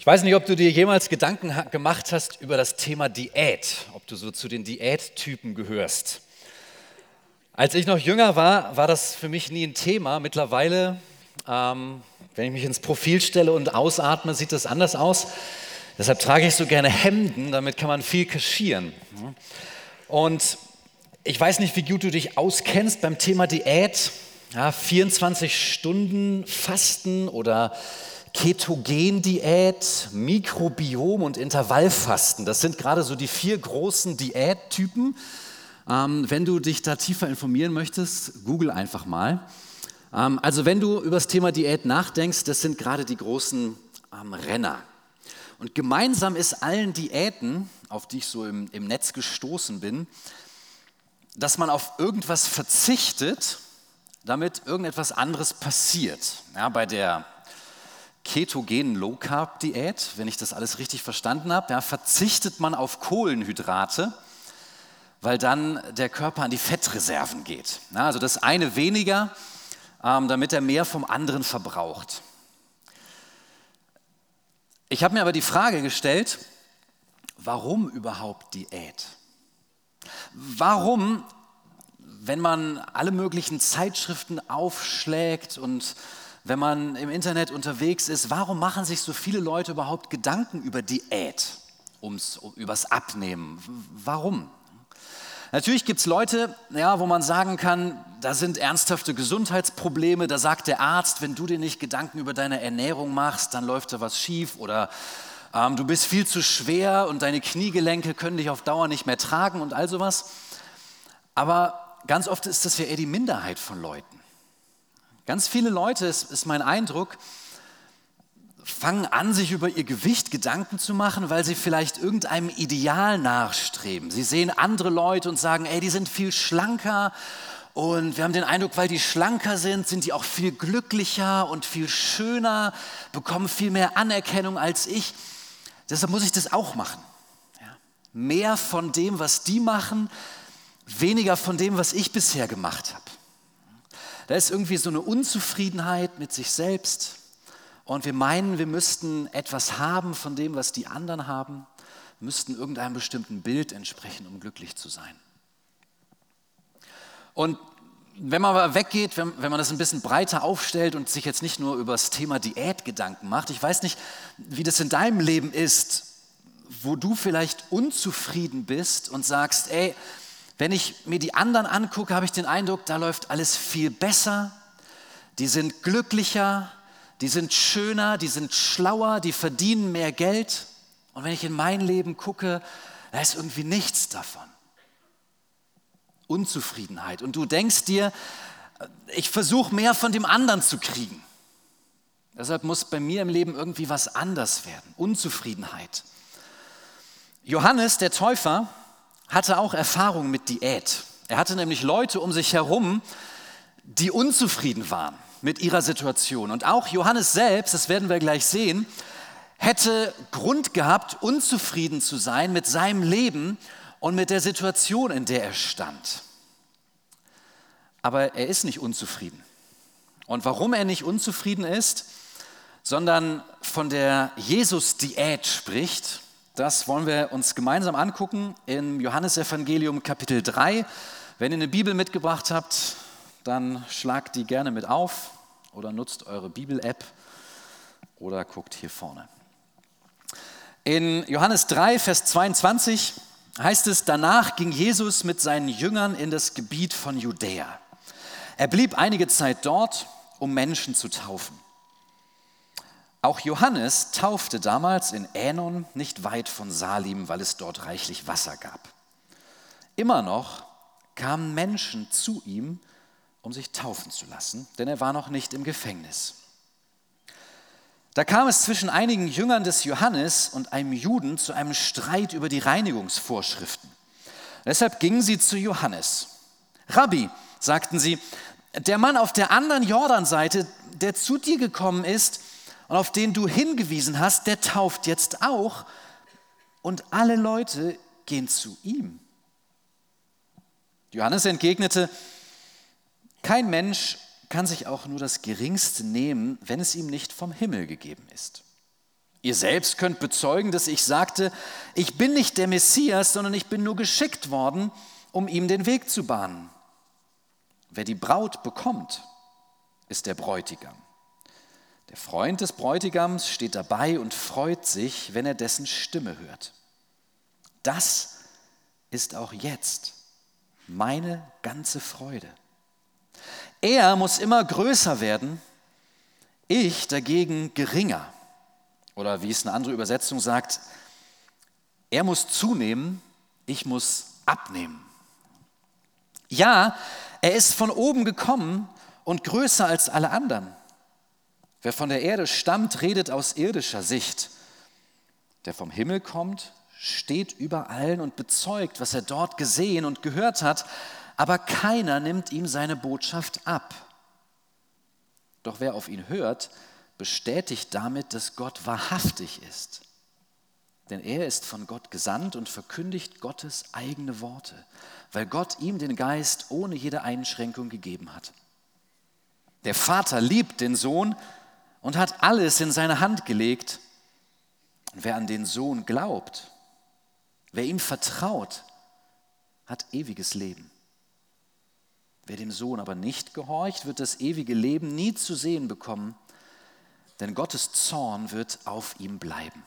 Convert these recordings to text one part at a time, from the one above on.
weiß nicht, ob du dir jemals Gedanken gemacht hast über das Thema Diät, ob du so zu den Diättypen gehörst. Als ich noch jünger war, war das für mich nie ein Thema. Mittlerweile, wenn ich mich ins Profil stelle und ausatme, sieht das anders aus. Deshalb trage ich so gerne Hemden, damit kann man viel kaschieren. Und ich weiß nicht, wie gut du dich auskennst beim Thema Diät. Ja, 24 Stunden Fasten oder Ketogendiät, Mikrobiom und Intervallfasten. Das sind gerade so die 4 großen Diättypen. Wenn du dich da tiefer informieren möchtest, google einfach mal. Also wenn du über das Thema Diät nachdenkst, das sind gerade die großen Renner. Und gemeinsam ist allen Diäten, auf die ich so im Netz gestoßen bin, dass man auf irgendwas verzichtet, damit irgendetwas anderes passiert. Ja, bei der ketogenen Low-Carb-Diät, wenn ich das alles richtig verstanden habe, ja, verzichtet man auf Kohlenhydrate, weil dann der Körper an die Fettreserven geht. Ja, also das eine weniger, damit er mehr vom anderen verbraucht. Ich habe mir aber die Frage gestellt, warum überhaupt Diät? Warum, wenn man alle möglichen Zeitschriften aufschlägt und wenn man im Internet unterwegs ist, warum machen sich so viele Leute überhaupt Gedanken über Diät, übers Abnehmen? Warum? Natürlich gibt es Leute, ja, wo man sagen kann, da sind ernsthafte Gesundheitsprobleme, da sagt der Arzt, wenn du dir nicht Gedanken über deine Ernährung machst, dann läuft da was schief oder du bist viel zu schwer und deine Kniegelenke können dich auf Dauer nicht mehr tragen und all sowas. Aber ganz oft ist das ja eher die Minderheit von Leuten. Ganz viele Leute, ist mein Eindruck, fangen an, sich über ihr Gewicht Gedanken zu machen, weil sie vielleicht irgendeinem Ideal nachstreben. Sie sehen andere Leute und sagen, ey, die sind viel schlanker und wir haben den Eindruck, weil die schlanker sind die auch viel glücklicher und viel schöner, bekommen viel mehr Anerkennung als ich. Deshalb muss ich das auch machen. Ja. Mehr von dem, was die machen, weniger von dem, was ich bisher gemacht habe. Da ist irgendwie so eine Unzufriedenheit mit sich selbst und wir meinen, wir müssten etwas haben von dem, was die anderen haben, müssten irgendeinem bestimmten Bild entsprechen, um glücklich zu sein. Und wenn man aber weggeht, wenn man das ein bisschen breiter aufstellt und sich jetzt nicht nur über das Thema Diät Gedanken macht, ich weiß nicht, wie das in deinem Leben ist, wo du vielleicht unzufrieden bist und sagst, ey, wenn ich mir die anderen angucke, habe ich den Eindruck, da läuft alles viel besser, die sind glücklicher, die sind schöner, die sind schlauer, die verdienen mehr Geld. Und wenn ich in mein Leben gucke, da ist irgendwie nichts davon. Unzufriedenheit. Und du denkst dir, ich versuche mehr von dem anderen zu kriegen. Deshalb muss bei mir im Leben irgendwie was anders werden. Unzufriedenheit. Johannes, der Täufer, hatte auch Erfahrung mit Diät. Er hatte nämlich Leute um sich herum, die unzufrieden waren mit ihrer Situation. Und auch Johannes selbst, das werden wir gleich sehen, hätte Grund gehabt, unzufrieden zu sein mit seinem Leben und mit der Situation, in der er stand. Aber er ist nicht unzufrieden. Und warum er nicht unzufrieden ist, sondern von der Jesus-Diät spricht, das wollen wir uns gemeinsam angucken im Johannesevangelium Kapitel 3. Wenn ihr eine Bibel mitgebracht habt, dann schlagt die gerne mit auf oder nutzt eure Bibel-App oder guckt hier vorne. In Johannes 3, Vers 22 heißt es, danach ging Jesus mit seinen Jüngern in das Gebiet von Judäa. Er blieb einige Zeit dort, um Menschen zu taufen. Auch Johannes taufte damals in Änon, nicht weit von Salim, weil es dort reichlich Wasser gab. Immer noch kamen Menschen zu ihm, um sich taufen zu lassen, denn er war noch nicht im Gefängnis. Da kam es zwischen einigen Jüngern des Johannes und einem Juden zu einem Streit über die Reinigungsvorschriften. Deshalb gingen sie zu Johannes. Rabbi, sagten sie, der Mann auf der anderen Jordanseite, der zu dir gekommen ist, und auf den du hingewiesen hast, der tauft jetzt auch und alle Leute gehen zu ihm. Johannes entgegnete, kein Mensch kann sich auch nur das Geringste nehmen, wenn es ihm nicht vom Himmel gegeben ist. Ihr selbst könnt bezeugen, dass ich sagte, ich bin nicht der Messias, sondern ich bin nur geschickt worden, um ihm den Weg zu bahnen. Wer die Braut bekommt, ist der Bräutigam. Der Freund des Bräutigams steht dabei und freut sich, wenn er dessen Stimme hört. Das ist auch jetzt meine ganze Freude. Er muss immer größer werden, ich dagegen geringer. Oder wie es eine andere Übersetzung sagt, er muss zunehmen, ich muss abnehmen. Ja, er ist von oben gekommen und größer als alle anderen. Wer von der Erde stammt, redet aus irdischer Sicht. Der vom Himmel kommt, steht über allen und bezeugt, was er dort gesehen und gehört hat, aber keiner nimmt ihm seine Botschaft ab. Doch wer auf ihn hört, bestätigt damit, dass Gott wahrhaftig ist. Denn er ist von Gott gesandt und verkündigt Gottes eigene Worte, weil Gott ihm den Geist ohne jede Einschränkung gegeben hat. Der Vater liebt den Sohn und hat alles in seine Hand gelegt. Und wer an den Sohn glaubt, wer ihm vertraut, hat ewiges Leben. Wer dem Sohn aber nicht gehorcht, wird das ewige Leben nie zu sehen bekommen, denn Gottes Zorn wird auf ihm bleiben.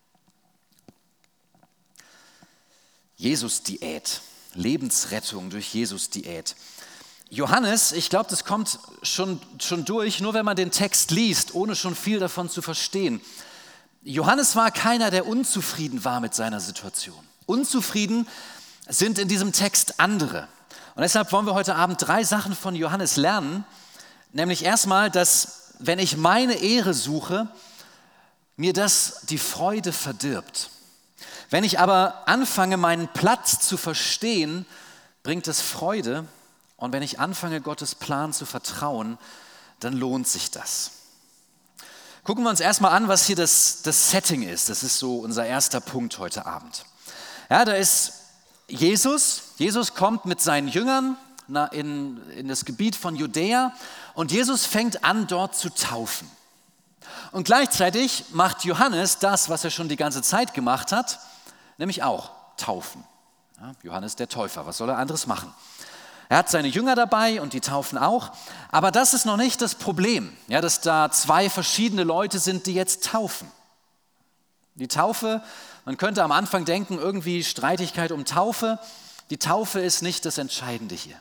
Jesus-Diät, Lebensrettung durch Jesus-Diät. Johannes, ich glaube, das kommt schon durch, nur wenn man den Text liest, ohne schon viel davon zu verstehen. Johannes war keiner, der unzufrieden war mit seiner Situation. Unzufrieden sind in diesem Text andere. Und deshalb wollen wir heute Abend 3 Sachen von Johannes lernen. Nämlich erstmal, dass, wenn ich meine Ehre suche, mir das die Freude verdirbt. Wenn ich aber anfange, meinen Platz zu verstehen, bringt es Freude. Und wenn ich anfange, Gottes Plan zu vertrauen, dann lohnt sich das. Gucken wir uns erstmal an, was hier das Setting ist. Das ist so unser erster Punkt heute Abend. Ja, da ist Jesus. Jesus kommt mit seinen Jüngern in das Gebiet von Judäa und Jesus fängt an, dort zu taufen. Und gleichzeitig macht Johannes das, was er schon die ganze Zeit gemacht hat, nämlich auch taufen. Ja, Johannes der Täufer, was soll er anderes machen? Er hat seine Jünger dabei und die taufen auch, aber das ist noch nicht das Problem, ja, dass da 2 verschiedene Leute sind, die jetzt taufen. Die Taufe, man könnte am Anfang denken, irgendwie Streitigkeit um Taufe. Die Taufe ist nicht das Entscheidende hier.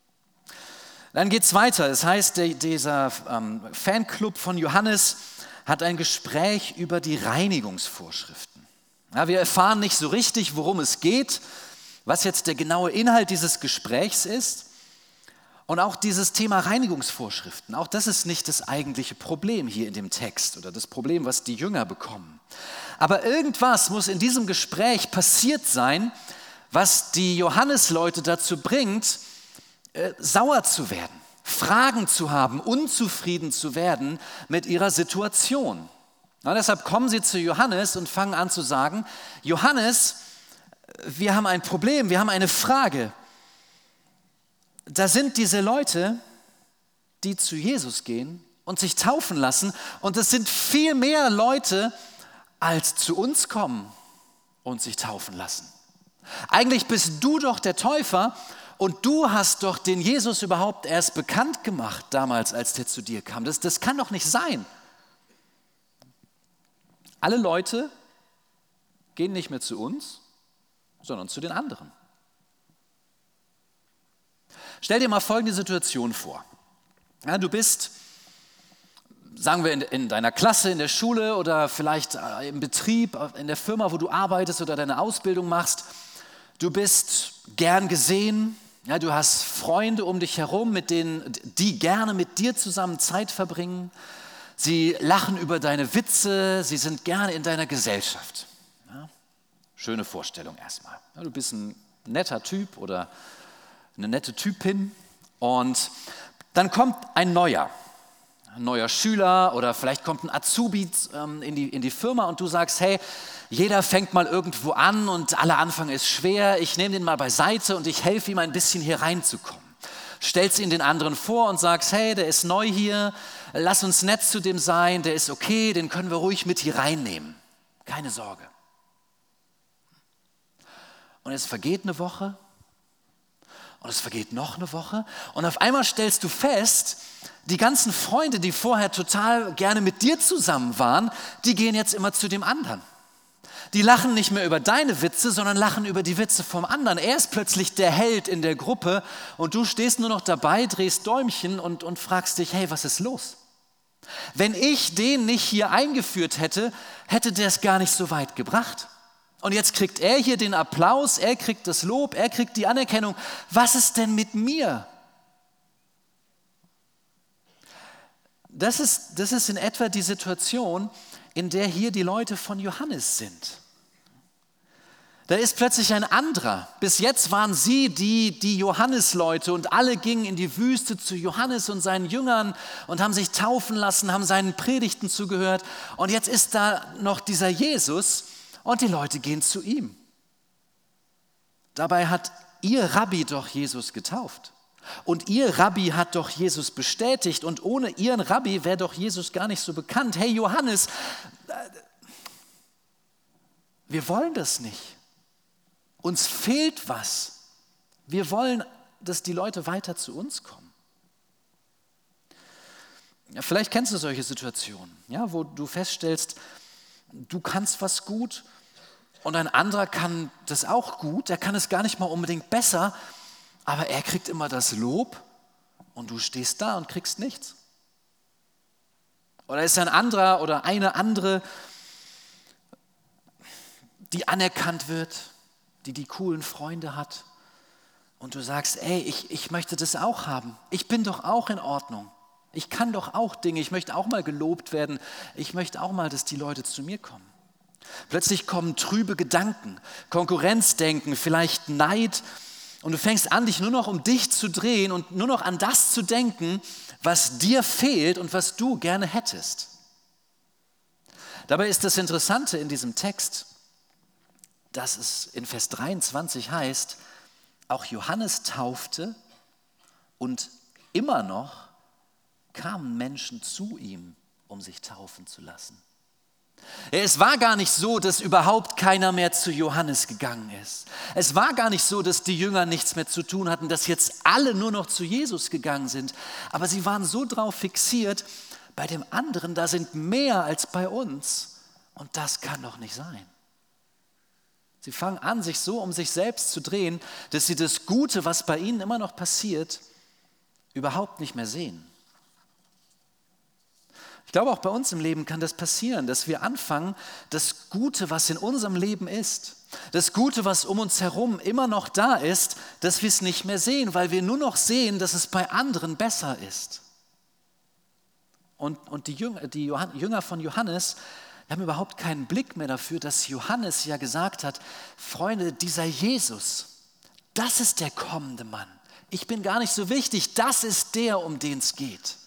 Dann geht es weiter. Das heißt, dieser Fanclub von Johannes hat ein Gespräch über die Reinigungsvorschriften. Ja, wir erfahren nicht so richtig, worum es geht, was jetzt der genaue Inhalt dieses Gesprächs ist. Und auch dieses Thema Reinigungsvorschriften, auch das ist nicht das eigentliche Problem hier in dem Text oder das Problem, was die Jünger bekommen. Aber irgendwas muss in diesem Gespräch passiert sein, was die Johannesleute dazu bringt, sauer zu werden, Fragen zu haben, unzufrieden zu werden mit ihrer Situation. Und deshalb kommen sie zu Johannes und fangen an zu sagen, Johannes, wir haben ein Problem, wir haben eine Frage. Da sind diese Leute, die zu Jesus gehen und sich taufen lassen und es sind viel mehr Leute, als zu uns kommen und sich taufen lassen. Eigentlich bist du doch der Täufer und du hast doch den Jesus überhaupt erst bekannt gemacht damals, als der zu dir kam. Das kann doch nicht sein. Alle Leute gehen nicht mehr zu uns, sondern zu den anderen. Stell dir mal folgende Situation vor. Ja, du bist, sagen wir, in deiner Klasse, in der Schule oder vielleicht im Betrieb, in der Firma, wo du arbeitest oder deine Ausbildung machst. Du bist gern gesehen, ja, du hast Freunde um dich herum, die gerne mit dir zusammen Zeit verbringen. Sie lachen über deine Witze, sie sind gerne in deiner Gesellschaft. Ja, schöne Vorstellung erstmal. Ja, du bist ein netter Typ oder eine nette Typin und dann kommt ein neuer Schüler oder vielleicht kommt ein Azubi in die Firma und du sagst, hey, jeder fängt mal irgendwo an und aller Anfang ist schwer, ich nehme den mal beiseite und ich helfe ihm ein bisschen hier reinzukommen. Stellst ihn den anderen vor und sagst, hey, der ist neu hier, lass uns nett zu dem sein, der ist okay, den können wir ruhig mit hier reinnehmen. Keine Sorge. Und es vergeht eine Woche und es vergeht noch eine Woche und auf einmal stellst du fest, die ganzen Freunde, die vorher total gerne mit dir zusammen waren, die gehen jetzt immer zu dem anderen. Die lachen nicht mehr über deine Witze, sondern lachen über die Witze vom anderen. Er ist plötzlich der Held in der Gruppe und du stehst nur noch dabei, drehst Däumchen und fragst dich, hey, was ist los? Wenn ich den nicht hier eingeführt hätte, hätte der es gar nicht so weit gebracht. Und jetzt kriegt er hier den Applaus, er kriegt das Lob, er kriegt die Anerkennung. Was ist denn mit mir? Das ist in etwa die Situation, in der hier die Leute von Johannes sind. Da ist plötzlich ein anderer. Bis jetzt waren sie die Johannes-Leute und alle gingen in die Wüste zu Johannes und seinen Jüngern und haben sich taufen lassen, haben seinen Predigten zugehört. Und jetzt ist da noch dieser Jesus und die Leute gehen zu ihm. Dabei hat ihr Rabbi doch Jesus getauft. Und ihr Rabbi hat doch Jesus bestätigt und ohne ihren Rabbi wäre doch Jesus gar nicht so bekannt. Hey Johannes, wir wollen das nicht. Uns fehlt was. Wir wollen, dass die Leute weiter zu uns kommen. Ja, vielleicht kennst du solche Situationen, ja, wo du feststellst, du kannst was gut und ein anderer kann das auch gut, der kann es gar nicht mal unbedingt besser, aber er kriegt immer das Lob und du stehst da und kriegst nichts. Oder ist ein anderer oder eine andere, die anerkannt wird, die coolen Freunde hat und du sagst, ey, ich möchte das auch haben. Ich bin doch auch in Ordnung. Ich kann doch auch Dinge, ich möchte auch mal gelobt werden. Ich möchte auch mal, dass die Leute zu mir kommen. Plötzlich kommen trübe Gedanken, Konkurrenzdenken, vielleicht Neid. Und du fängst an, dich nur noch um dich zu drehen und nur noch an das zu denken, was dir fehlt und was du gerne hättest. Dabei ist das Interessante in diesem Text, dass es in Vers 23 heißt, auch Johannes taufte und immer noch kamen Menschen zu ihm, um sich taufen zu lassen. Es war gar nicht so, dass überhaupt keiner mehr zu Johannes gegangen ist. Es war gar nicht so, dass die Jünger nichts mehr zu tun hatten, dass jetzt alle nur noch zu Jesus gegangen sind. Aber sie waren so drauf fixiert, bei dem anderen, da sind mehr als bei uns. Und das kann doch nicht sein. Sie fangen an, sich so um sich selbst zu drehen, dass sie das Gute, was bei ihnen immer noch passiert, überhaupt nicht mehr sehen. Ich glaube, auch bei uns im Leben kann das passieren, dass wir anfangen, das Gute, was in unserem Leben ist, das Gute, was um uns herum immer noch da ist, dass wir es nicht mehr sehen, weil wir nur noch sehen, dass es bei anderen besser ist. Und die Jünger von Johannes haben überhaupt keinen Blick mehr dafür, dass Johannes ja gesagt hat, Freunde, dieser Jesus, das ist der kommende Mann. Ich bin gar nicht so wichtig, das ist der, um den es geht.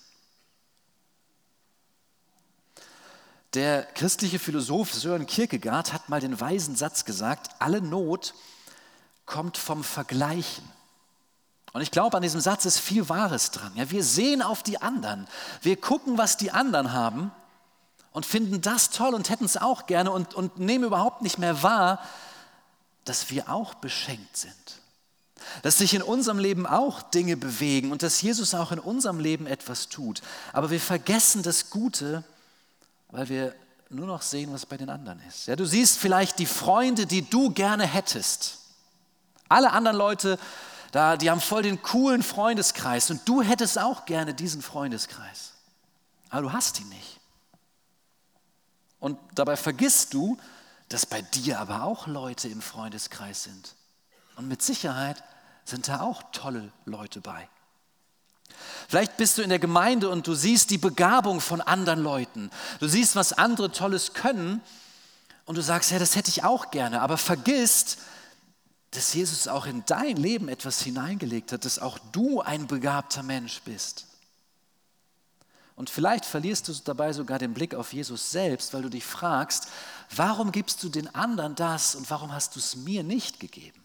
Der christliche Philosoph Søren Kierkegaard hat mal den weisen Satz gesagt, alle Not kommt vom Vergleichen. Und ich glaube, an diesem Satz ist viel Wahres dran. Ja, wir sehen auf die anderen, wir gucken, was die anderen haben und finden das toll und hätten es auch gerne und nehmen überhaupt nicht mehr wahr, dass wir auch beschenkt sind. Dass sich in unserem Leben auch Dinge bewegen und dass Jesus auch in unserem Leben etwas tut. Aber wir vergessen das Gute, weil wir nur noch sehen, was bei den anderen ist. Ja, du siehst vielleicht die Freunde, die du gerne hättest. Alle anderen Leute, die haben voll den coolen Freundeskreis und du hättest auch gerne diesen Freundeskreis. Aber du hast ihn nicht. Und dabei vergisst du, dass bei dir aber auch Leute im Freundeskreis sind. Und mit Sicherheit sind da auch tolle Leute bei. Vielleicht bist du in der Gemeinde und du siehst die Begabung von anderen Leuten. Du siehst, was andere Tolles können und du sagst, ja, das hätte ich auch gerne. Aber vergisst, dass Jesus auch in dein Leben etwas hineingelegt hat, dass auch du ein begabter Mensch bist. Und vielleicht verlierst du dabei sogar den Blick auf Jesus selbst, weil du dich fragst, warum gibst du den anderen das und warum hast du es mir nicht gegeben?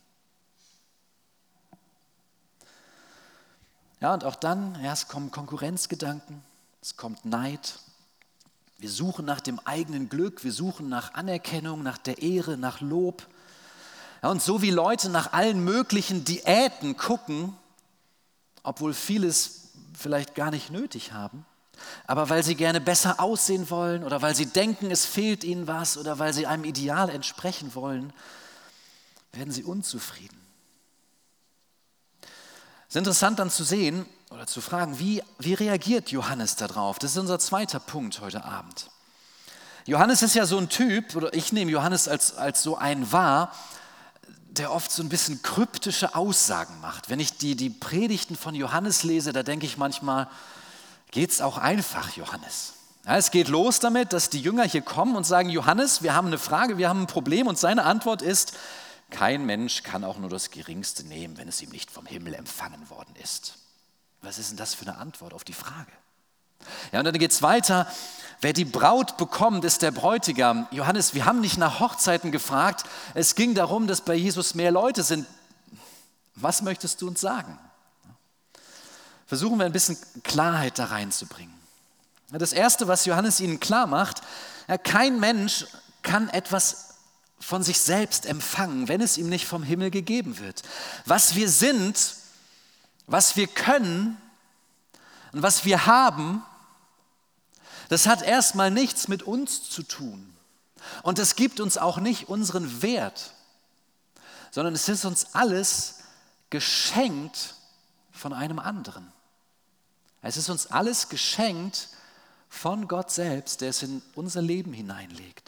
Ja, und auch dann, ja, es kommen Konkurrenzgedanken, es kommt Neid, Wir suchen nach dem eigenen Glück, wir suchen nach Anerkennung, nach der Ehre, nach Lob. Ja, und so wie Leute nach allen möglichen Diäten gucken, obwohl vieles vielleicht gar nicht nötig haben, aber weil sie gerne besser aussehen wollen oder weil sie denken, es fehlt ihnen was oder weil sie einem Ideal entsprechen wollen, werden sie unzufrieden. Es ist interessant dann zu sehen oder zu fragen, wie reagiert Johannes darauf? Das ist unser zweiter Punkt heute Abend. Johannes ist ja so ein Typ, oder ich nehme Johannes als so einen wahr, der oft so ein bisschen kryptische Aussagen macht. Wenn ich die Predigten von Johannes lese, da denke ich manchmal, geht es auch einfach, Johannes. Ja, es geht los damit, dass die Jünger hier kommen und sagen, Johannes, wir haben eine Frage, wir haben ein Problem, und seine Antwort ist, kein Mensch kann auch nur das Geringste nehmen, wenn es ihm nicht vom Himmel empfangen worden ist. Was ist denn das für eine Antwort auf die Frage? Ja, und dann geht es weiter. Wer die Braut bekommt, ist der Bräutigam. Johannes, wir haben nicht nach Hochzeiten gefragt. Es ging darum, dass bei Jesus mehr Leute sind. Was möchtest du uns sagen? Versuchen wir ein bisschen Klarheit da reinzubringen. Das Erste, was Johannes ihnen klar macht, kein Mensch kann etwas von sich selbst empfangen, wenn es ihm nicht vom Himmel gegeben wird. Was wir sind, was wir können und was wir haben, das hat erstmal nichts mit uns zu tun. Und es gibt uns auch nicht unseren Wert, sondern es ist uns alles geschenkt von einem anderen. Es ist uns alles geschenkt von Gott selbst, der es in unser Leben hineinlegt.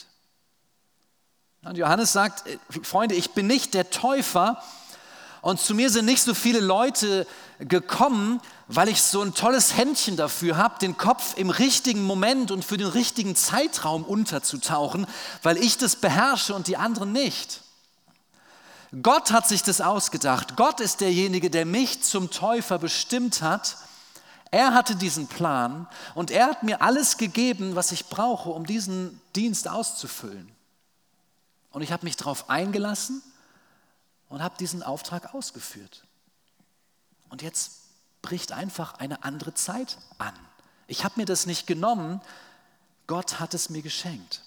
Und Johannes sagt, Freunde, ich bin nicht der Täufer und zu mir sind nicht so viele Leute gekommen, weil ich so ein tolles Händchen dafür habe, den Kopf im richtigen Moment und für den richtigen Zeitraum unterzutauchen, weil ich das beherrsche und die anderen nicht. Gott hat sich das ausgedacht. Gott ist derjenige, der mich zum Täufer bestimmt hat. Er hatte diesen Plan und er hat mir alles gegeben, was ich brauche, um diesen Dienst auszufüllen. Und ich habe mich darauf eingelassen und habe diesen Auftrag ausgeführt. Und jetzt bricht einfach eine andere Zeit an. Ich habe mir das nicht genommen, Gott hat es mir geschenkt.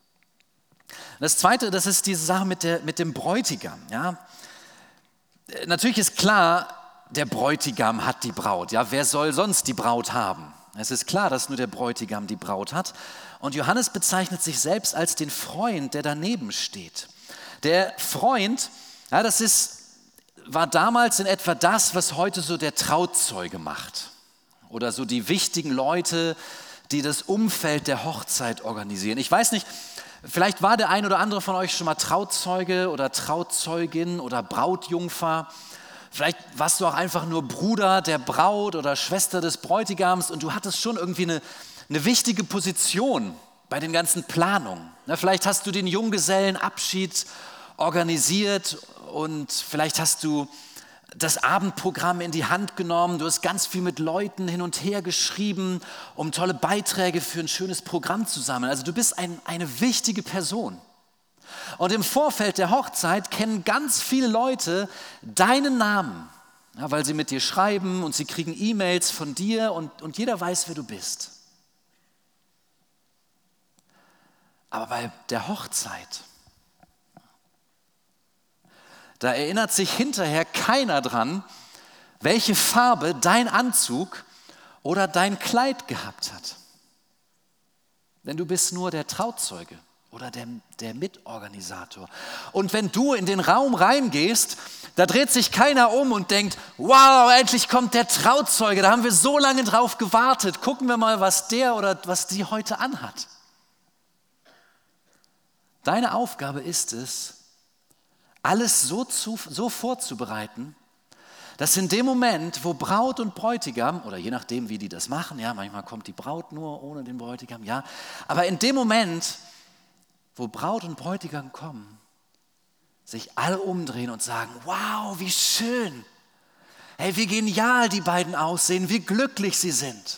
Das Zweite, das ist diese Sache mit dem Bräutigam. Ja? Natürlich ist klar, der Bräutigam hat die Braut. Ja? Wer soll sonst die Braut haben? Es ist klar, dass nur der Bräutigam die Braut hat. Und Johannes bezeichnet sich selbst als den Freund, der daneben steht. Der Freund, ja, war damals in etwa das, was heute so der Trauzeuge macht. Oder so die wichtigen Leute, die das Umfeld der Hochzeit organisieren. Ich weiß nicht, vielleicht war der ein oder andere von euch schon mal Trauzeuge oder Trauzeugin oder Brautjungfer. Vielleicht warst du auch einfach nur Bruder der Braut oder Schwester des Bräutigams und du hattest schon irgendwie eine wichtige Position bei den ganzen Planungen. Vielleicht hast du den Junggesellenabschied organisiert und vielleicht hast du das Abendprogramm in die Hand genommen. Du hast ganz viel mit Leuten hin und her geschrieben, um tolle Beiträge für ein schönes Programm zu sammeln. Also du bist eine wichtige Person. Und im Vorfeld der Hochzeit kennen ganz viele Leute deinen Namen, ja, weil sie mit dir schreiben und sie kriegen E-Mails von dir und jeder weiß, wer du bist. Aber bei der Hochzeit, da erinnert sich hinterher keiner dran, welche Farbe dein Anzug oder dein Kleid gehabt hat. Denn du bist nur der Trauzeuge oder der Mitorganisator. Und wenn du in den Raum reingehst, da dreht sich keiner um und denkt, wow, endlich kommt der Trauzeuge, da haben wir so lange drauf gewartet. Gucken wir mal, was der oder was die heute anhat. Deine Aufgabe ist es, alles so vorzubereiten, dass in dem Moment, wo Braut und Bräutigam, oder je nachdem, wie die das machen, ja, manchmal kommt die Braut nur ohne den Bräutigam, ja, aber in dem Moment, wo Braut und Bräutigam kommen, sich alle umdrehen und sagen, wow, wie schön, hey, wie genial die beiden aussehen, wie glücklich sie sind.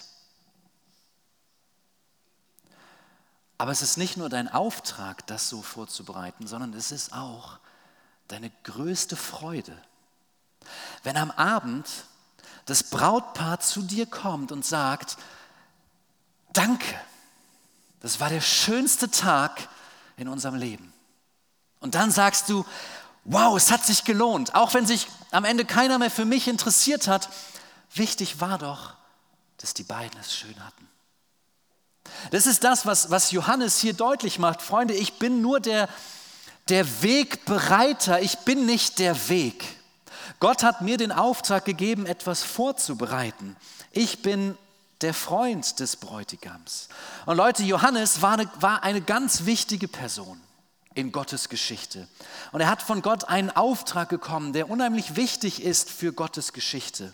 Aber es ist nicht nur dein Auftrag, das so vorzubereiten, sondern es ist auch deine größte Freude, wenn am Abend das Brautpaar zu dir kommt und sagt, danke, Das war der schönste Tag in unserem Leben. Und dann sagst du, wow, es hat sich gelohnt, auch wenn sich am Ende keiner mehr für mich interessiert hat. Wichtig war doch, dass die beiden es schön hatten. Das ist das, was Johannes hier deutlich macht. Freunde, ich bin nur der Wegbereiter, ich bin nicht der Weg. Gott hat mir den Auftrag gegeben, etwas vorzubereiten. Ich bin der Freund des Bräutigams. Und Leute, Johannes war eine ganz wichtige Person in Gottes Geschichte. Und er hat von Gott einen Auftrag bekommen, der unheimlich wichtig ist für Gottes Geschichte.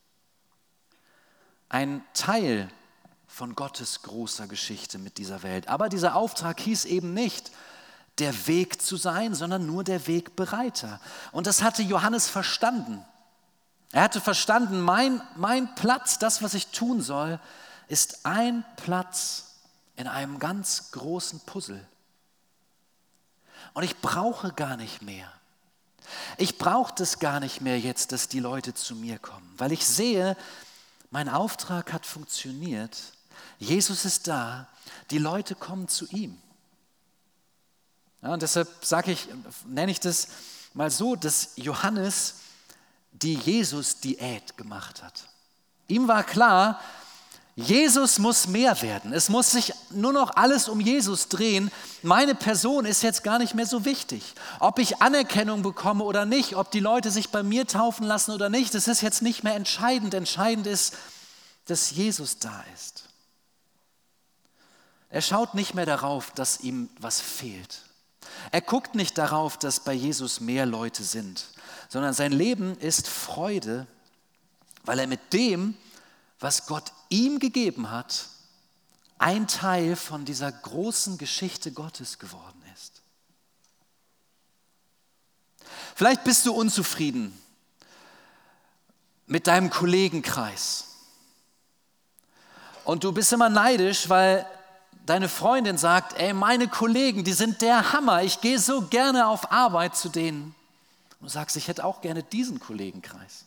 Ein Teil von Gottes großer Geschichte mit dieser Welt. Aber dieser Auftrag hieß eben nicht, der Weg zu sein, sondern nur der Wegbereiter. Und das hatte Johannes verstanden. Er hatte verstanden, mein Platz, das, was ich tun soll, ist ein Platz in einem ganz großen Puzzle. Und ich brauche gar nicht mehr. Ich brauche das gar nicht mehr jetzt, dass die Leute zu mir kommen, weil ich sehe, mein Auftrag hat funktioniert. Jesus ist da, die Leute kommen zu ihm. Ja, und deshalb nenne ich das mal so, dass Johannes die Jesus-Diät gemacht hat. Ihm war klar, Jesus muss mehr werden. Es muss sich nur noch alles um Jesus drehen. Meine Person ist jetzt gar nicht mehr so wichtig. Ob ich Anerkennung bekomme oder nicht, ob die Leute sich bei mir taufen lassen oder nicht, das ist jetzt nicht mehr entscheidend. Entscheidend ist, dass Jesus da ist. Er schaut nicht mehr darauf, dass ihm was fehlt. Er guckt nicht darauf, dass bei Jesus mehr Leute sind, sondern sein Leben ist Freude, weil er mit dem, was Gott ihm gegeben hat, ein Teil von dieser großen Geschichte Gottes geworden ist. Vielleicht bist du unzufrieden mit deinem Kollegenkreis und du bist immer neidisch, weil deine Freundin sagt, ey, meine Kollegen, die sind der Hammer, ich gehe so gerne auf Arbeit zu denen. Und du sagst, ich hätte auch gerne diesen Kollegenkreis.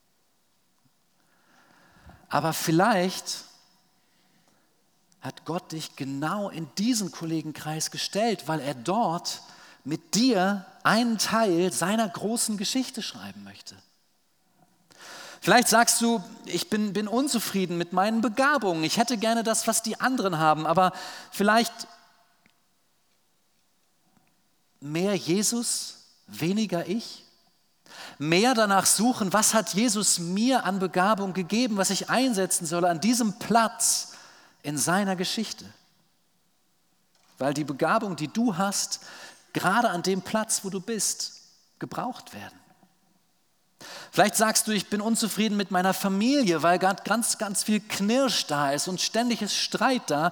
Aber vielleicht hat Gott dich genau in diesen Kollegenkreis gestellt, weil er dort mit dir einen Teil seiner großen Geschichte schreiben möchte. Vielleicht sagst du, ich bin unzufrieden mit meinen Begabungen. Ich hätte gerne das, was die anderen haben, aber vielleicht mehr Jesus, weniger ich. Mehr danach suchen, was hat Jesus mir an Begabung gegeben, was ich einsetzen soll an diesem Platz in seiner Geschichte. Weil die Begabung, die du hast, gerade an dem Platz, wo du bist, gebraucht werden. Vielleicht sagst du, ich bin unzufrieden mit meiner Familie, weil ganz, ganz viel Knirsch da ist und ständig ist Streit da.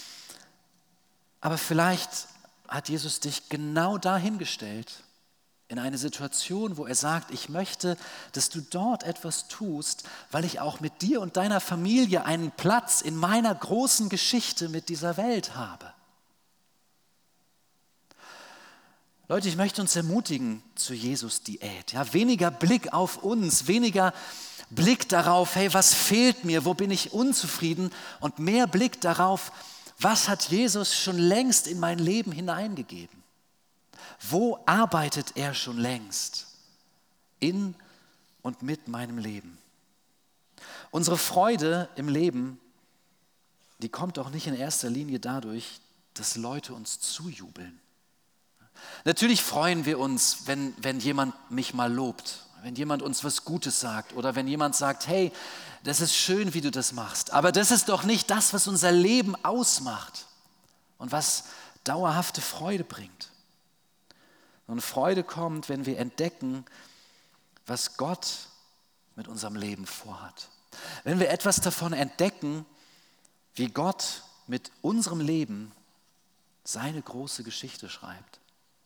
Aber vielleicht hat Jesus dich genau dahingestellt, in eine Situation, wo er sagt, ich möchte, dass du dort etwas tust, weil ich auch mit dir und deiner Familie einen Platz in meiner großen Geschichte mit dieser Welt habe. Leute, ich möchte uns ermutigen zur Jesus-Diät. Ja, weniger Blick auf uns, weniger Blick darauf, hey, was fehlt mir, wo bin ich unzufrieden, und mehr Blick darauf, was hat Jesus schon längst in mein Leben hineingegeben? Wo arbeitet er schon längst in und mit meinem Leben? Unsere Freude im Leben, die kommt auch nicht in erster Linie dadurch, dass Leute uns zujubeln. Natürlich freuen wir uns, wenn jemand mich mal lobt, wenn jemand uns was Gutes sagt oder wenn jemand sagt, hey, das ist schön, wie du das machst. Aber das ist doch nicht das, was unser Leben ausmacht und was dauerhafte Freude bringt. Und Freude kommt, wenn wir entdecken, was Gott mit unserem Leben vorhat. Wenn wir etwas davon entdecken, wie Gott mit unserem Leben seine große Geschichte schreibt.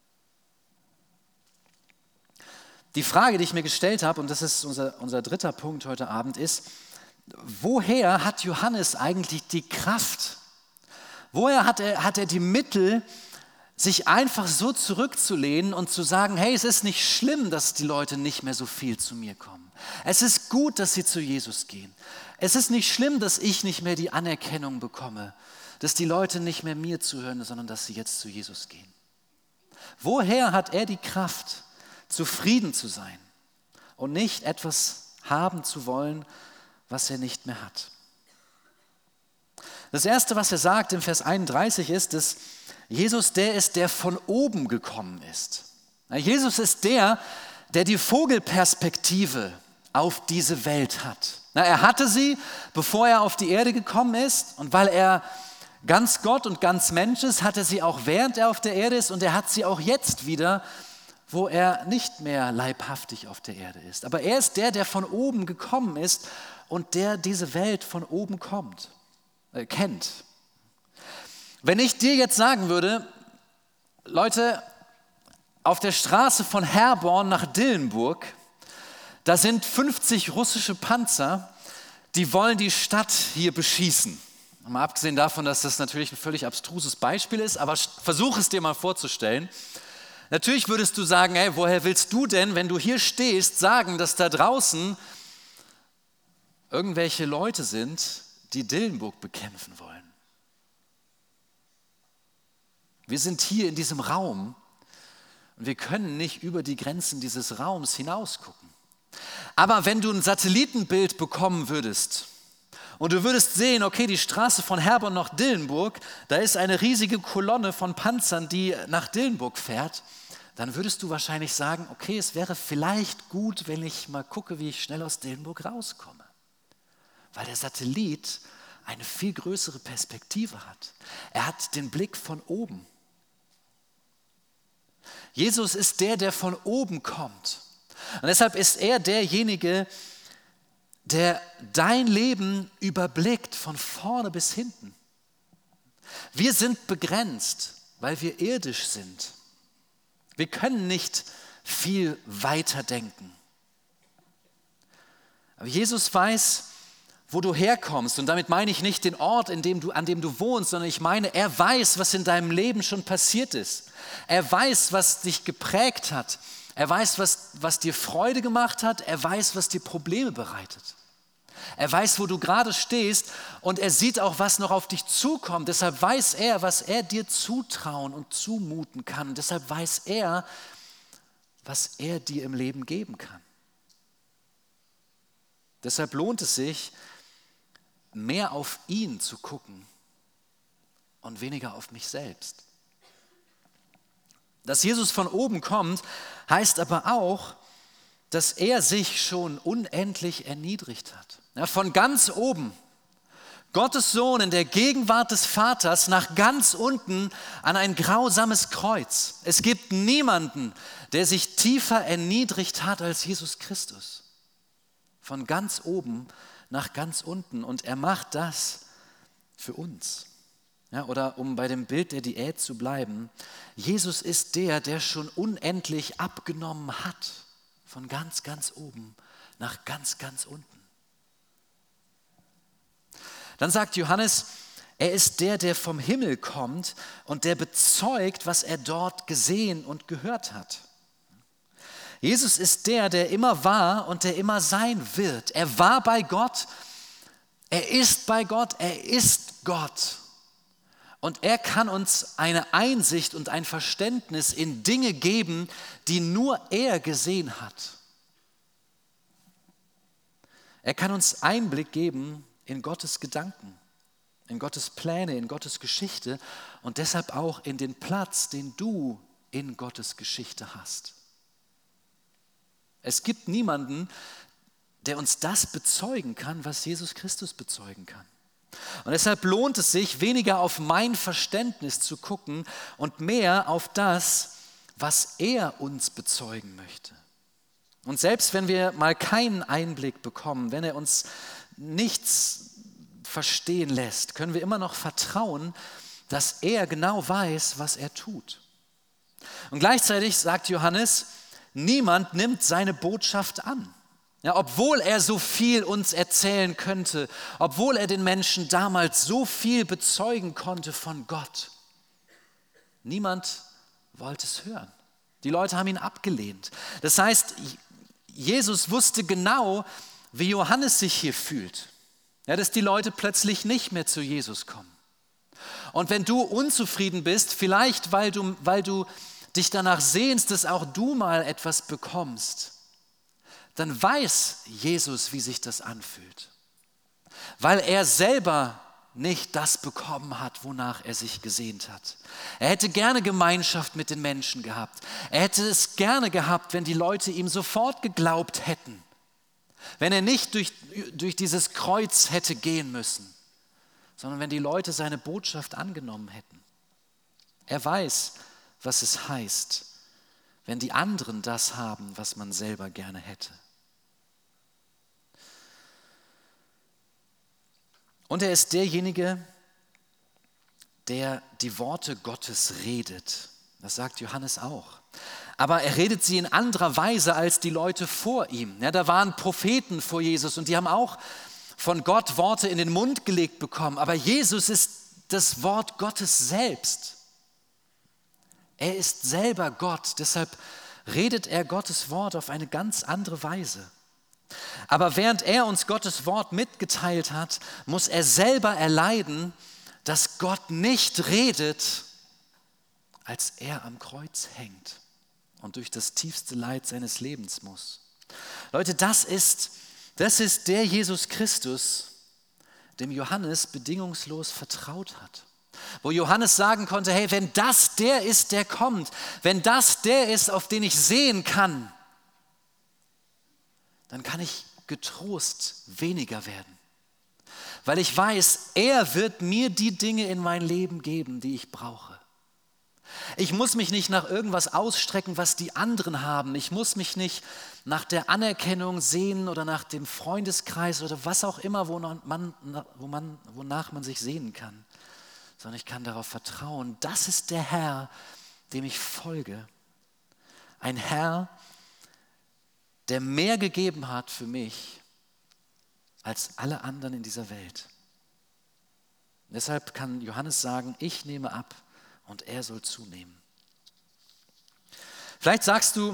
Die Frage, die ich mir gestellt habe, und das ist unser dritter Punkt heute Abend, ist, woher hat Johannes eigentlich die Kraft? Woher hat er die Mittel, sich einfach so zurückzulehnen und zu sagen, hey, es ist nicht schlimm, dass die Leute nicht mehr so viel zu mir kommen. Es ist gut, dass sie zu Jesus gehen. Es ist nicht schlimm, dass ich nicht mehr die Anerkennung bekomme, dass die Leute nicht mehr mir zuhören, sondern dass sie jetzt zu Jesus gehen. Woher hat er die Kraft, zufrieden zu sein und nicht etwas haben zu wollen, was er nicht mehr hat? Das Erste, was er sagt im Vers 31 ist, dass Jesus der ist, der von oben gekommen ist. Jesus ist der die Vogelperspektive auf diese Welt hat. Er hatte sie, bevor er auf die Erde gekommen ist, und weil er ganz Gott und ganz Mensch ist, hat er sie auch während er auf der Erde ist, und er hat sie auch jetzt wieder, wo er nicht mehr leibhaftig auf der Erde ist. Aber er ist der von oben gekommen ist und der diese Welt von oben kennt. Wenn ich dir jetzt sagen würde, Leute, auf der Straße von Herborn nach Dillenburg, da sind 50 russische Panzer, die wollen die Stadt hier beschießen. Mal abgesehen davon, dass das natürlich ein völlig abstruses Beispiel ist, aber versuch es dir mal vorzustellen. Natürlich würdest du sagen, hey, woher willst du denn, wenn du hier stehst, sagen, dass da draußen irgendwelche Leute sind, die Dillenburg bekämpfen wollen? Wir sind hier in diesem Raum und wir können nicht über die Grenzen dieses Raums hinausgucken. Aber wenn du ein Satellitenbild bekommen würdest und du würdest sehen, okay, die Straße von Herborn nach Dillenburg, da ist eine riesige Kolonne von Panzern, die nach Dillenburg fährt, dann würdest du wahrscheinlich sagen, okay, es wäre vielleicht gut, wenn ich mal gucke, wie ich schnell aus Dillenburg rauskomme. Weil der Satellit eine viel größere Perspektive hat. Er hat den Blick von oben. Jesus ist der von oben kommt. Und deshalb ist er derjenige, der dein Leben überblickt, von vorne bis hinten. Wir sind begrenzt, weil wir irdisch sind. Wir können nicht viel weiter denken. Aber Jesus weiß, wo du herkommst. Und damit meine ich nicht den Ort, an dem du wohnst, sondern ich meine, er weiß, was in deinem Leben schon passiert ist. Er weiß, was dich geprägt hat. Er weiß, was dir Freude gemacht hat. Er weiß, was dir Probleme bereitet. Er weiß, wo du gerade stehst, und er sieht auch, was noch auf dich zukommt. Deshalb weiß er, was er dir zutrauen und zumuten kann. Und deshalb weiß er, was er dir im Leben geben kann. Deshalb lohnt es sich, mehr auf ihn zu gucken und weniger auf mich selbst. Dass Jesus von oben kommt, heißt aber auch, dass er sich schon unendlich erniedrigt hat. Ja, von ganz oben, Gottes Sohn in der Gegenwart des Vaters, nach ganz unten an ein grausames Kreuz. Es gibt niemanden, der sich tiefer erniedrigt hat als Jesus Christus. Von ganz oben nach ganz unten, und er macht das für uns. Ja, oder um bei dem Bild der Diät zu bleiben, Jesus ist der schon unendlich abgenommen hat, von ganz, ganz oben nach ganz, ganz unten. Dann sagt Johannes, er ist der vom Himmel kommt und der bezeugt, was er dort gesehen und gehört hat. Jesus ist der immer war und der immer sein wird. Er war bei Gott, er ist bei Gott, er ist Gott. Und er kann uns eine Einsicht und ein Verständnis in Dinge geben, die nur er gesehen hat. Er kann uns Einblick geben in Gottes Gedanken, in Gottes Pläne, in Gottes Geschichte und deshalb auch in den Platz, den du in Gottes Geschichte hast. Es gibt niemanden, der uns das bezeugen kann, was Jesus Christus bezeugen kann. Und deshalb lohnt es sich, weniger auf mein Verständnis zu gucken und mehr auf das, was er uns bezeugen möchte. Und selbst wenn wir mal keinen Einblick bekommen, wenn er uns nichts verstehen lässt, können wir immer noch vertrauen, dass er genau weiß, was er tut. Und gleichzeitig sagt Johannes, niemand nimmt seine Botschaft an. Ja, obwohl er so viel uns erzählen könnte, obwohl er den Menschen damals so viel bezeugen konnte von Gott. Niemand wollte es hören. Die Leute haben ihn abgelehnt. Das heißt, Jesus wusste genau, wie Johannes sich hier fühlt. Ja, dass die Leute plötzlich nicht mehr zu Jesus kommen. Und wenn du unzufrieden bist, vielleicht weil du dich danach sehnst, dass auch du mal etwas bekommst, dann weiß Jesus, wie sich das anfühlt. Weil er selber nicht das bekommen hat, wonach er sich gesehnt hat. Er hätte gerne Gemeinschaft mit den Menschen gehabt. Er hätte es gerne gehabt, wenn die Leute ihm sofort geglaubt hätten. Wenn er nicht durch dieses Kreuz hätte gehen müssen, sondern wenn die Leute seine Botschaft angenommen hätten. Er weiß, was es heißt, wenn die anderen das haben, was man selber gerne hätte. Und er ist derjenige, der die Worte Gottes redet. Das sagt Johannes auch. Aber er redet sie in anderer Weise als die Leute vor ihm. Ja, da waren Propheten vor Jesus und die haben auch von Gott Worte in den Mund gelegt bekommen. Aber Jesus ist das Wort Gottes selbst. Er ist selber Gott. Deshalb redet er Gottes Wort auf eine ganz andere Weise. Aber während er uns Gottes Wort mitgeteilt hat, muss er selber erleiden, dass Gott nicht redet, als er am Kreuz hängt und durch das tiefste Leid seines Lebens muss. Leute, das ist der Jesus Christus, dem Johannes bedingungslos vertraut hat. Wo Johannes sagen konnte, hey, wenn das der ist, der kommt, wenn das der ist, auf den ich sehen kann, dann kann ich getrost weniger werden. Weil ich weiß, er wird mir die Dinge in mein Leben geben, die ich brauche. Ich muss mich nicht nach irgendwas ausstrecken, was die anderen haben. Ich muss mich nicht nach der Anerkennung sehnen oder nach dem Freundeskreis oder was auch immer, wonach man sich sehnen kann. Sondern ich kann darauf vertrauen, das ist der Herr, dem ich folge. Ein Herr, der mehr gegeben hat für mich als alle anderen in dieser Welt. Und deshalb kann Johannes sagen, ich nehme ab und er soll zunehmen. Vielleicht sagst du,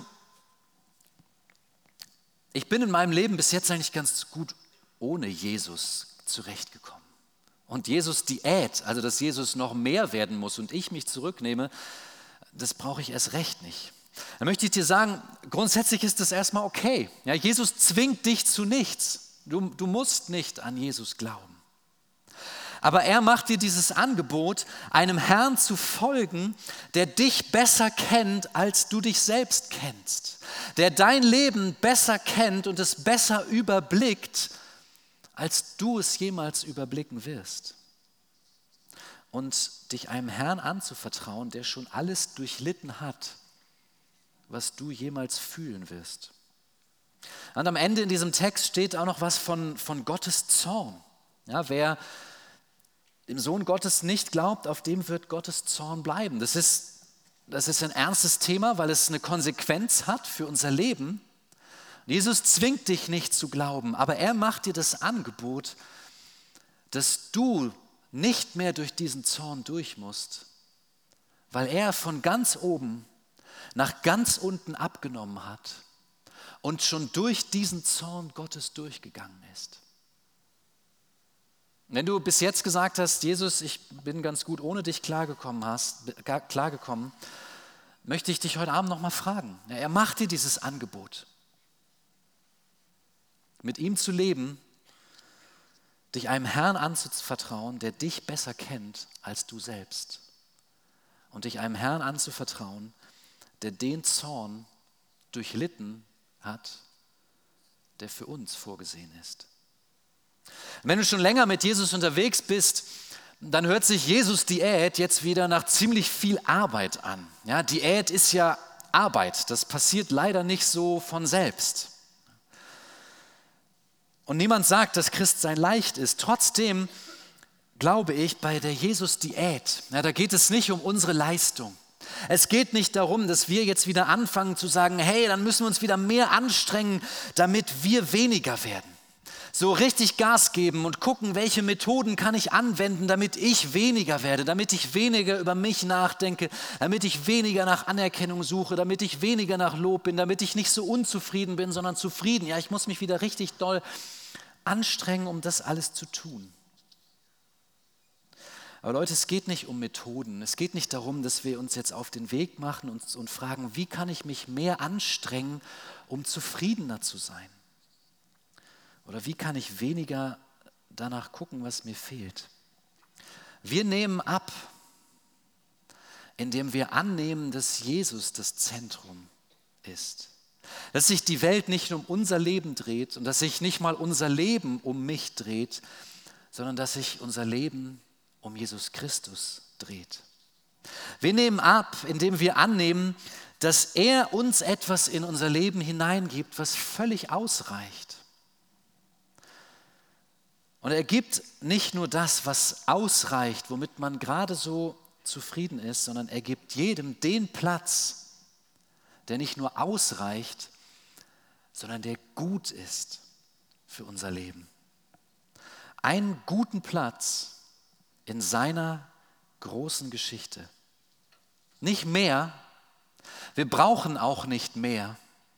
ich bin in meinem Leben bis jetzt eigentlich ganz gut ohne Jesus zurechtgekommen. Und Jesus Diät, also dass Jesus noch mehr werden muss und ich mich zurücknehme, das brauche ich erst recht nicht. Dann möchte ich dir sagen, grundsätzlich ist das erstmal okay. Ja, Jesus zwingt dich zu nichts. Du musst nicht an Jesus glauben. Aber er macht dir dieses Angebot, einem Herrn zu folgen, der dich besser kennt, als du dich selbst kennst. Der dein Leben besser kennt und es besser überblickt, als du es jemals überblicken wirst. Und dich einem Herrn anzuvertrauen, der schon alles durchlitten hat, was du jemals fühlen wirst. Und am Ende in diesem Text steht auch noch was von Gottes Zorn. Ja, wer dem Sohn Gottes nicht glaubt, auf dem wird Gottes Zorn bleiben. Das ist ein ernstes Thema, weil es eine Konsequenz hat für unser Leben. Jesus zwingt dich nicht zu glauben, aber er macht dir das Angebot, dass du nicht mehr durch diesen Zorn durch musst, weil er von ganz oben nach ganz unten abgenommen hat und schon durch diesen Zorn Gottes durchgegangen ist. Wenn du bis jetzt gesagt hast, Jesus, ich bin ganz gut ohne dich klargekommen, möchte ich dich heute Abend nochmal fragen. Er macht dir dieses Angebot, mit ihm zu leben, dich einem Herrn anzuvertrauen, der dich besser kennt als du selbst. Und dich einem Herrn anzuvertrauen, der den Zorn durchlitten hat, der für uns vorgesehen ist. Wenn du schon länger mit Jesus unterwegs bist, dann hört sich Jesus Diät jetzt wieder nach ziemlich viel Arbeit an. Ja, Diät ist ja Arbeit, das passiert leider nicht so von selbst. Und niemand sagt, dass Christsein leicht ist. Trotzdem glaube ich, bei der Jesus-Diät, da geht es nicht um unsere Leistung. Es geht nicht darum, dass wir jetzt wieder anfangen zu sagen, hey, dann müssen wir uns wieder mehr anstrengen, damit wir weniger werden. So richtig Gas geben und gucken, welche Methoden kann ich anwenden, damit ich weniger werde, damit ich weniger über mich nachdenke, damit ich weniger nach Anerkennung suche, damit ich weniger nach Lob bin, damit ich nicht so unzufrieden bin, sondern zufrieden. Ja, ich muss mich wieder richtig doll anstrengen, um das alles zu tun. Aber Leute, es geht nicht um Methoden. Es geht nicht darum, dass wir uns jetzt auf den Weg machen und fragen, wie kann ich mich mehr anstrengen, um zufriedener zu sein? Oder wie kann ich weniger danach gucken, was mir fehlt? Wir nehmen ab, indem wir annehmen, dass Jesus das Zentrum ist. Dass sich die Welt nicht um unser Leben dreht und dass sich nicht mal unser Leben um mich dreht, sondern dass sich unser Leben um Jesus Christus dreht. Wir nehmen ab, indem wir annehmen, dass er uns etwas in unser Leben hineingibt, was völlig ausreicht. Und er gibt nicht nur das, was ausreicht, womit man gerade so zufrieden ist, sondern er gibt jedem den Platz, der nicht nur ausreicht, sondern der gut ist für unser Leben. Einen guten Platz in seiner großen Geschichte. Nicht mehr, wir brauchen auch nicht mehr,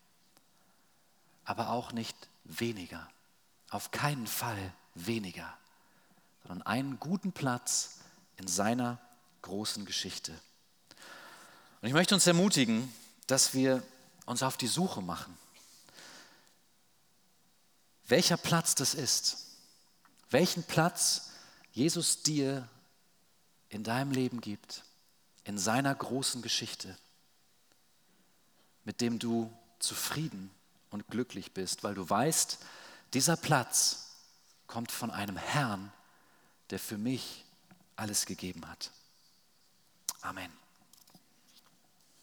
aber auch nicht weniger. Auf keinen Fall weniger, sondern einen guten Platz in seiner großen Geschichte. Und ich möchte uns ermutigen, dass wir uns auf die Suche machen, welcher Platz das ist, welchen Platz Jesus dir in deinem Leben gibt, in seiner großen Geschichte, mit dem du zufrieden und glücklich bist, weil du weißt, dieser Platz kommt von einem Herrn, der für mich alles gegeben hat. Amen.